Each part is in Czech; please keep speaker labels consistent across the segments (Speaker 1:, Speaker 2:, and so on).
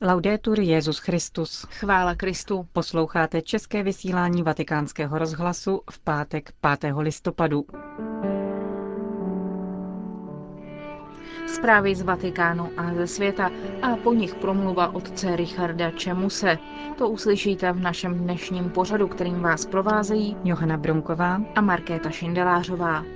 Speaker 1: Laudetur Jesus Christus.
Speaker 2: Chvála Kristu.
Speaker 1: Posloucháte české vysílání Vatikánského rozhlasu v pátek 5. listopadu.
Speaker 2: Zprávy z Vatikánu a ze světa a po nich promluva otce Richarda Čemuse. To uslyšíte v našem dnešním pořadu, kterým vás provázejí
Speaker 1: Johana Bronková
Speaker 2: a Markéta Šindelářová.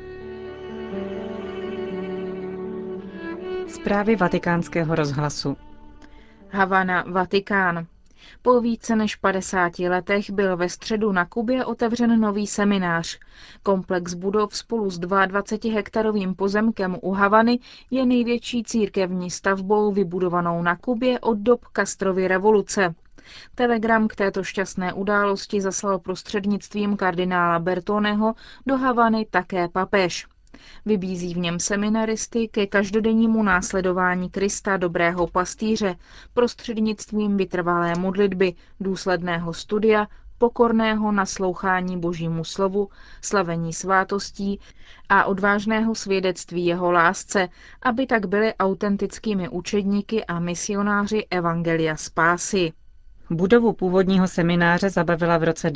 Speaker 1: Zprávy Vatikánského rozhlasu.
Speaker 2: Havana, Vatikán. Po více než 50 letech byl ve středu na Kubě otevřen nový seminář. Komplex budov spolu s 22hektarovým pozemkem u Havany je největší církevní stavbou vybudovanou na Kubě od dob Castrovy revoluce. Telegram k této šťastné události zaslal prostřednictvím kardinála Bertoneho do Havany také papež. Vybízí v něm seminaristy ke každodennímu následování Krista, dobrého pastýře, prostřednictvím vytrvalé modlitby, důsledného studia, pokorného naslouchání Božímu slovu, slavení svátostí a odvážného svědectví jeho lásce, aby tak byli autentickými učedníky a misionáři evangelia spásy.
Speaker 1: Budovu původního semináře zabavila v roce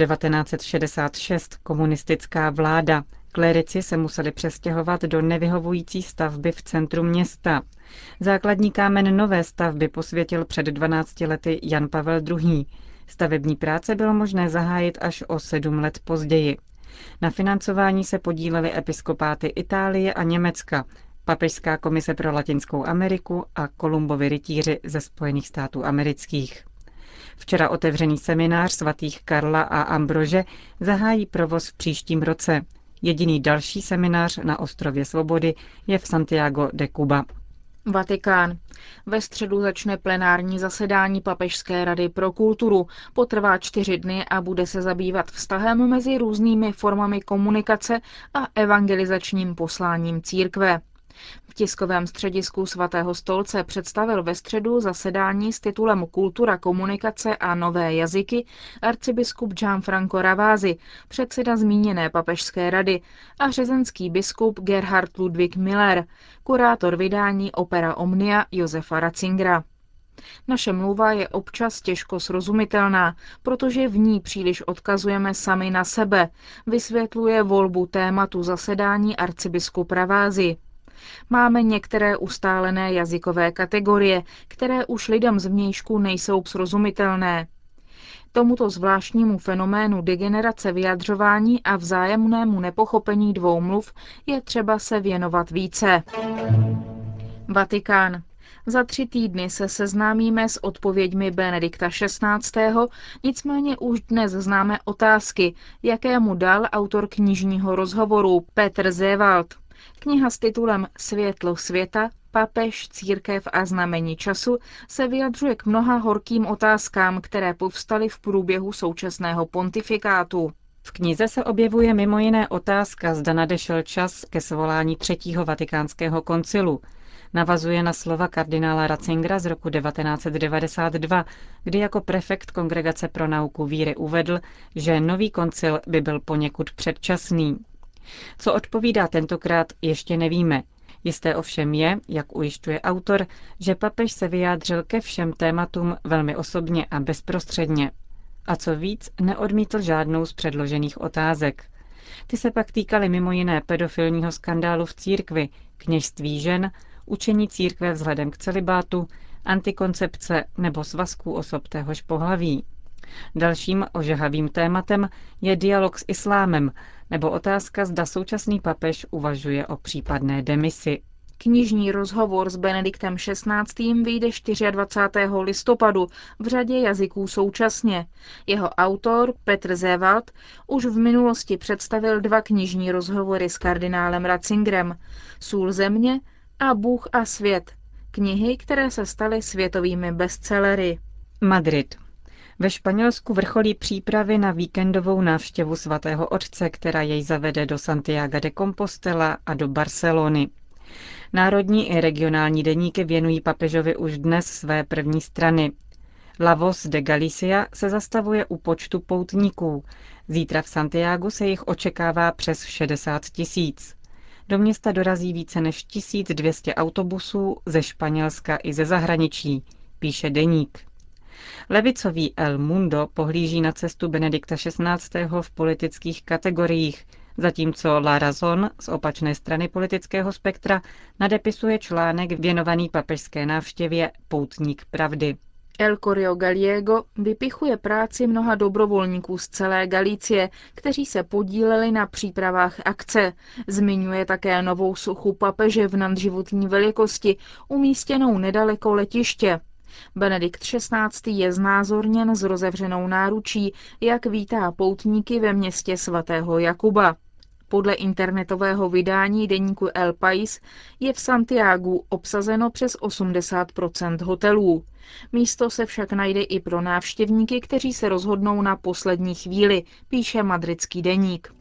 Speaker 1: 1966 komunistická vláda. Klerici se museli přestěhovat do nevyhovující stavby v centru města. Základní kámen nové stavby posvětil před 12 lety Jan Pavel II. Stavební práce bylo možné zahájit až o 7 let později. Na financování se podílely episkopáty Itálie a Německa, Papežská komise pro Latinskou Ameriku a Kolumbovi rytíři ze Spojených států amerických. Včera otevřený seminář svatých Karla a Ambrože zahájí provoz v příštím roce. Jediný další seminář na ostrově Svobody je v Santiago de Cuba.
Speaker 2: Vatikán. Ve středu začne plenární zasedání Papežské rady pro kulturu. Potrvá 4 dny a bude se zabývat vztahem mezi různými formami komunikace a evangelizačním posláním církve. V tiskovém středisku Svatého stolce představil ve středu zasedání s titulem Kultura, komunikace a nové jazyky arcibiskup Gianfranco Ravasi, předseda zmíněné papežské rady, a řezenský biskup Gerhard Ludwig Miller, kurátor vydání Opera Omnia Josefa Ratzingera. Naše mluva je občas těžko srozumitelná, protože v ní příliš odkazujeme sami na sebe, vysvětluje volbu tématu zasedání arcibiskup Ravasi. Máme některé ustálené jazykové kategorie, které už lidem zvnějšku nejsou srozumitelné. Tomuto zvláštnímu fenoménu degenerace vyjadřování a vzájemnému nepochopení dvou mluv je třeba se věnovat více. Vatikán. Za 3 týdny se seznámíme s odpověďmi Benedikta XVI., nicméně už dnes známe otázky, jaké mu dal autor knižního rozhovoru Petr Zewald. Kniha s titulem Světlo světa, papež, církev a znamení času se vyjadřuje k mnoha horkým otázkám, které povstaly v průběhu současného pontifikátu.
Speaker 1: V knize se objevuje mimo jiné otázka, zda nadešel čas ke svolání 3. vatikánského koncilu. Navazuje na slova kardinála Ratzingera z roku 1992, kdy jako prefekt Kongregace pro nauku víry uvedl, že nový koncil by byl poněkud předčasný. Co odpovídá tentokrát, ještě nevíme. Jisté ovšem je, jak ujišťuje autor, že papež se vyjádřil ke všem tématům velmi osobně a bezprostředně. A co víc, neodmítl žádnou z předložených otázek. Ty se pak týkaly mimo jiné pedofilního skandálu v církvi, kněžství žen, učení církve vzhledem k celibátu, antikoncepce nebo svazků osob téhož pohlaví. Dalším ožehavým tématem je dialog s islámem nebo otázka, zda současný papež uvažuje o případné demisi.
Speaker 2: Knižní rozhovor s Benediktem XVI. Vyjde 24. listopadu v řadě jazyků současně. Jeho autor, Petr Zewald, už v minulosti představil 2 knižní rozhovory s kardinálem Ratzingerem, Sůl země a Bůh a svět, knihy, které se staly světovými bestsellery.
Speaker 1: Madrid. Ve Španělsku vrcholí přípravy na víkendovou návštěvu svatého otce, která jej zavede do Santiaga de Compostela a do Barcelony. Národní i regionální deníky věnují papežovi už dnes své první strany. La Voz de Galicia se zastavuje u počtu poutníků. Zítra v Santiagu se jich očekává přes 60 000. Do města dorazí více než 1200 autobusů ze Španělska i ze zahraničí, píše deník. Levicový El Mundo pohlíží na cestu Benedikta XVI. V politických kategoriích, zatímco La Razón z opačné strany politického spektra nadepisuje článek věnovaný papežské návštěvě Poutník pravdy.
Speaker 2: El Correo Gallego vypichuje práci mnoha dobrovolníků z celé Galicie, kteří se podíleli na přípravách akce. Zmiňuje také novou sochu papeže v nadživotní velikosti, umístěnou nedaleko letiště. Benedikt XVI. Je znázorněn s rozevřenou náručí, jak vítá poutníky ve městě svatého Jakuba. Podle internetového vydání deníku El País je v Santiagu obsazeno přes 80% hotelů. Místo se však najde i pro návštěvníky, kteří se rozhodnou na poslední chvíli, píše madridský deník.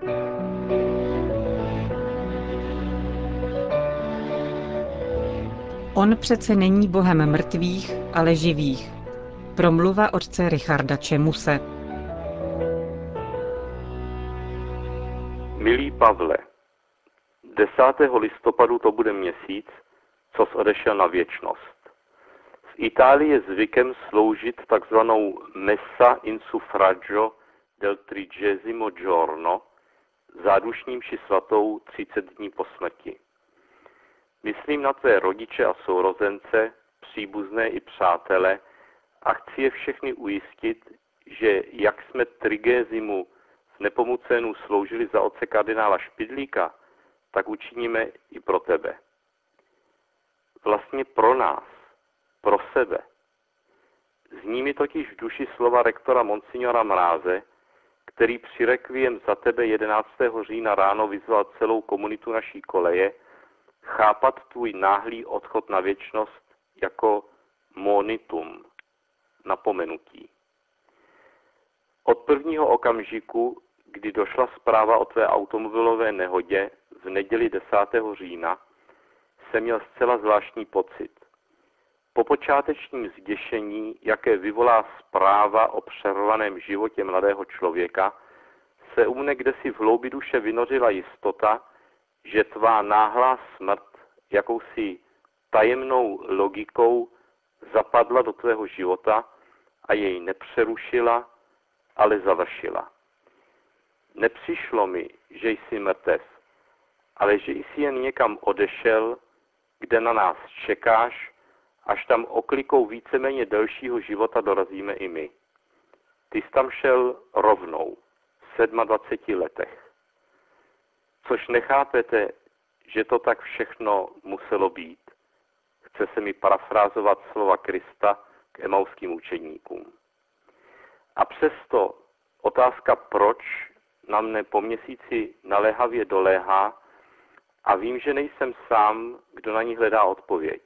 Speaker 1: On přece není bohem mrtvých, ale živých. Promluva otce Richarda Čemuse.
Speaker 3: Milý Pavle, 10. listopadu to bude měsíc, co jsi odešel na věčnost. V Itálii je zvykem sloužit takzvanou Messa in suffragio del 30 giorno, zádušní mši svatou 30 dní po smrti. Myslím na tvé rodiče a sourozence, příbuzné i přátele a chci je všechny ujistit, že jak jsme trigézimu v Nepomucenu sloužili za otce kardinála Špidlíka, tak učiníme i pro tebe. Vlastně pro nás, pro sebe. Zní mi totiž v duši slova rektora Monsignora Mráze, který při rekviem za tebe 11. října ráno vyzval celou komunitu naší koleje chápat tvůj náhlý odchod na věčnost jako monitum, napomenutí. Od prvního okamžiku, kdy došla zpráva o tvé automobilové nehodě v neděli 10. října, jsem měl zcela zvláštní pocit. Po počátečním zděšení, jaké vyvolá zpráva o přervaném životě mladého člověka, se u mne kdesi v hloubi duše vynořila jistota, že tvá náhlá smrt jakousi tajemnou logikou zapadla do tvého života a jej nepřerušila, ale završila. Nepřišlo mi, že jsi mrtev, ale že jsi jen někam odešel, kde na nás čekáš, až tam oklikou víceméně delšího života dorazíme i my. Ty jsi tam šel rovnou, v 27 letech. Což nechápete, že to tak všechno muselo být. Chce se mi parafrázovat slova Krista k emauským učeníkům. A přesto otázka proč na mne po měsíci naléhavě doléhá a vím, že nejsem sám, kdo na ní hledá odpověď.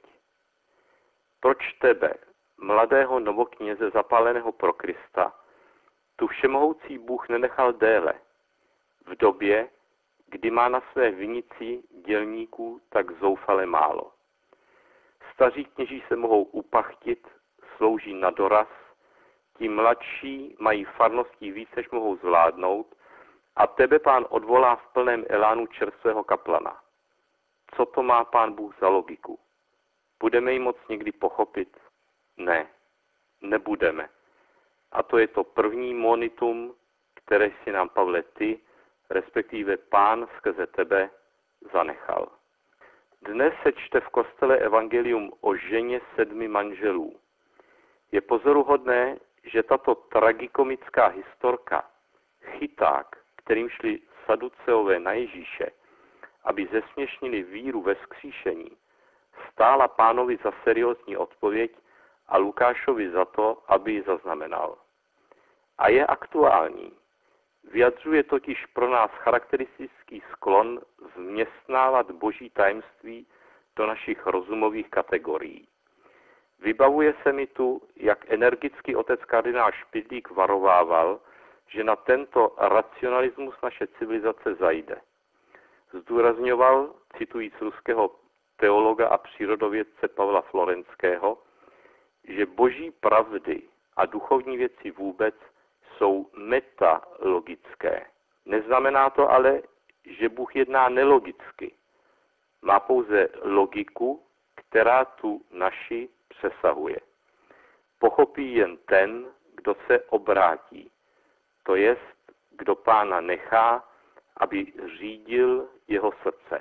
Speaker 3: Proč tebe, mladého novokněze zapáleného pro Krista, tu všemohoucí Bůh nenechal déle, v době, kdy má na své vinici dělníků tak zoufale málo. Staří kněží se mohou upachtit, slouží na doraz, ti mladší mají farností víc, než mohou zvládnout, a tebe Pán odvolá v plném elánu čerstvého kaplana. Co to má Pán Bůh za logiku? Budeme ji moc někdy pochopit? Ne, nebudeme. A to je to první monitum, které si nám, Pavle, ty, respektive Pán skrze tebe, zanechal. Dnes se čte v kostele evangelium o ženě 7 manželů. Je pozoruhodné, že tato tragikomická historka, chyták, kterým šli saduceové na Ježíše, aby zesměšnili víru ve vzkříšení, stála Pánovi za seriózní odpověď a Lukášovi za to, aby ji zaznamenal. A je aktuální. Vyjadřuje totiž pro nás charakteristický sklon vměstnávat boží tajemství do našich rozumových kategorií. Vybavuje se mi tu, jak energicky otec kardinál Špidlík varovával, že na tento racionalismus naše civilizace zajde. Zdůrazňoval, citujíc ruského teologa a přírodovědce Pavla Florenského, že boží pravdy a duchovní věci vůbec jsou metalogické. Neznamená to ale, že Bůh jedná nelogicky. Má pouze logiku, která tu naši přesahuje. pochopí jen ten, kdo se obrátí, to jest, kdo Pána nechá, aby řídil jeho srdce.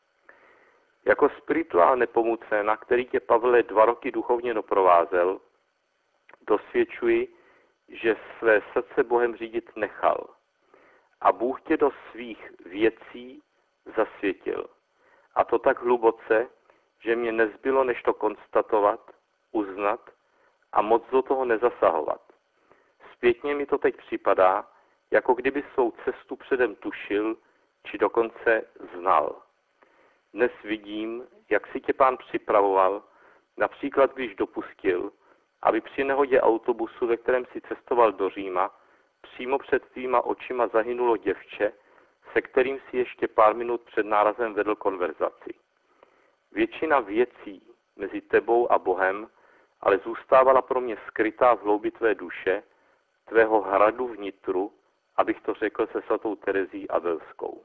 Speaker 3: Jako spirituál nepomůcena, který tě, Pavle, 2 roky duchovně doprovázel, dosvědčuji, že své srdce Bohem řídit nechal. A Bůh tě do svých věcí zasvětil. A to tak hluboce, že mě nezbylo, než to konstatovat, uznat a moc do toho nezasahovat. Zpětně mi to teď připadá, jako kdyby svou cestu předem tušil, či dokonce znal. Dnes vidím, jak si tě Pán připravoval, například když dopustil, aby při nehodě autobusu, ve kterém si cestoval do Říma, přímo před tvýma očima zahynulo děvče, se kterým si ještě pár minut před nárazem vedl konverzaci. Většina věcí mezi tebou a Bohem ale zůstávala pro mě skrytá v hloubi tvé duše, tvého hradu vnitru, abych to řekl se svatou Terezí Avelskou.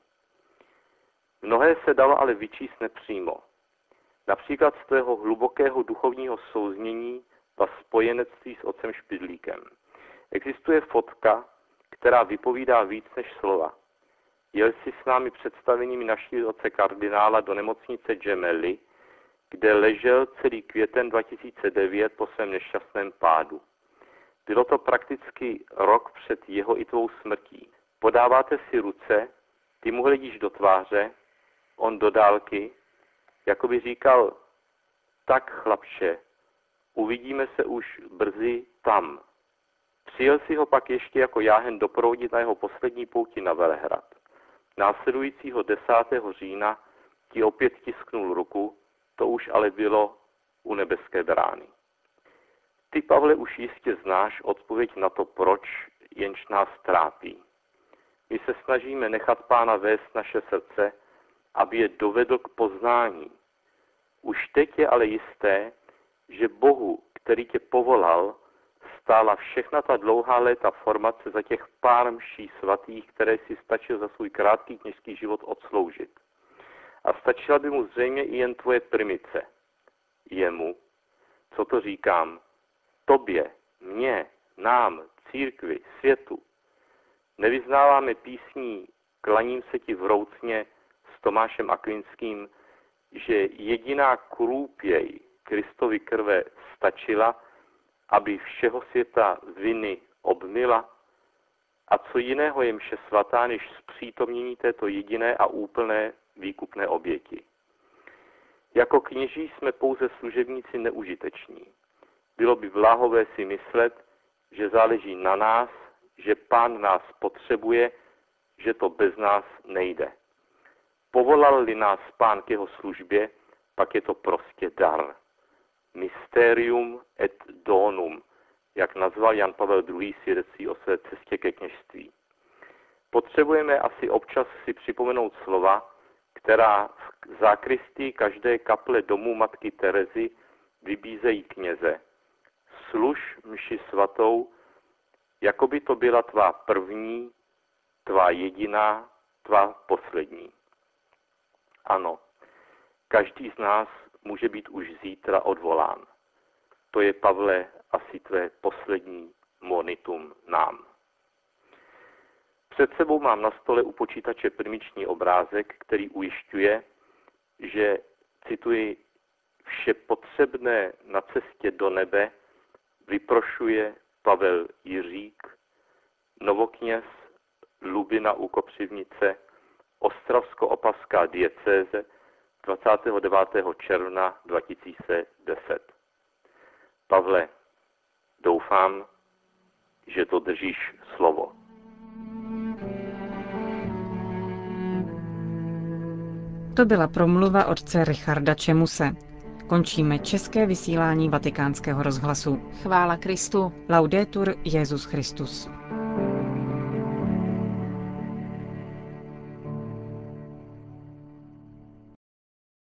Speaker 3: Mnohé se dalo ale vyčíst nepřímo. Například z tvého hlubokého duchovního souznění a spojenectví s otcem Špidlíkem. Existuje fotka, která vypovídá víc než slova. Jel si s námi představeními navštívit otce kardinála do nemocnice Gemelli, kde ležel celý květen 2009 po svém nešťastném pádu. Bylo to prakticky rok před jeho i tvou smrtí. Podáváte si ruce, ty mu hledíš do tváře, on do dálky, jako by říkal, tak chlapče, uvidíme se už brzy tam. Přijel si ho pak ještě jako jáhen doprovodit na jeho poslední pouti na Velehrad. Následujícího 10. října ti opět tisknul ruku, to už ale bylo u nebeské brány. Ty, Pavle, už jistě znáš odpověď na to proč, jenž nás trápí. My se snažíme nechat Pána vést naše srdce, aby je dovedl k poznání. Už teď je ale jisté, že Bohu, který tě povolal, stála všechna ta dlouhá léta formace za těch pár mší svatých, které si stačil za svůj krátký kněžský život odsloužit. A stačila by mu zřejmě i jen tvoje primice. Jemu, co to říkám, tobě, mně, nám, církvi, světu. Nevyznáváme písní Klaním se ti vroucně s Tomášem Akvinským, že jediná krůpěj Kristovy krve stačila, aby všeho světa viny obmyla? A co jiného je mše svatá, než zpřítomnění této jediné a úplné výkupné oběti? Jako kněží jsme pouze služebníci neužiteční. Bylo by bláhové si myslet, že záleží na nás, že Pán nás potřebuje, že to bez nás nejde. Povolal-li nás Pán k jeho službě, pak je to prostě dar. Mysterium et donum, jak nazval Jan Pavel II. Svědectví o své cestě ke kněžství. Potřebujeme asi občas si připomenout slova, která v zákristii každé kaple domu matky Terezy vybízejí kněze. Služ mši svatou, jako by to byla tvá první, tvá jediná, tvá poslední. Ano, každý z nás může být už zítra odvolán. To je, Pavle, asi tvé poslední monitum nám. Před sebou mám na stole u počítače primiční obrázek, který ujišťuje, že, cituji, vše potřebné na cestě do nebe vyprošuje Pavel Jiřík, novokněz, Lubina u Kopřivnice, Ostravsko-opavská diecéze 29. června 2010. Pavle, doufám, že to držíš slovo.
Speaker 1: To byla promluva otce Richarda Čemuse. Končíme české vysílání Vatikánského rozhlasu.
Speaker 2: Chvála Kristu.
Speaker 1: Laudetur Jesus Christus.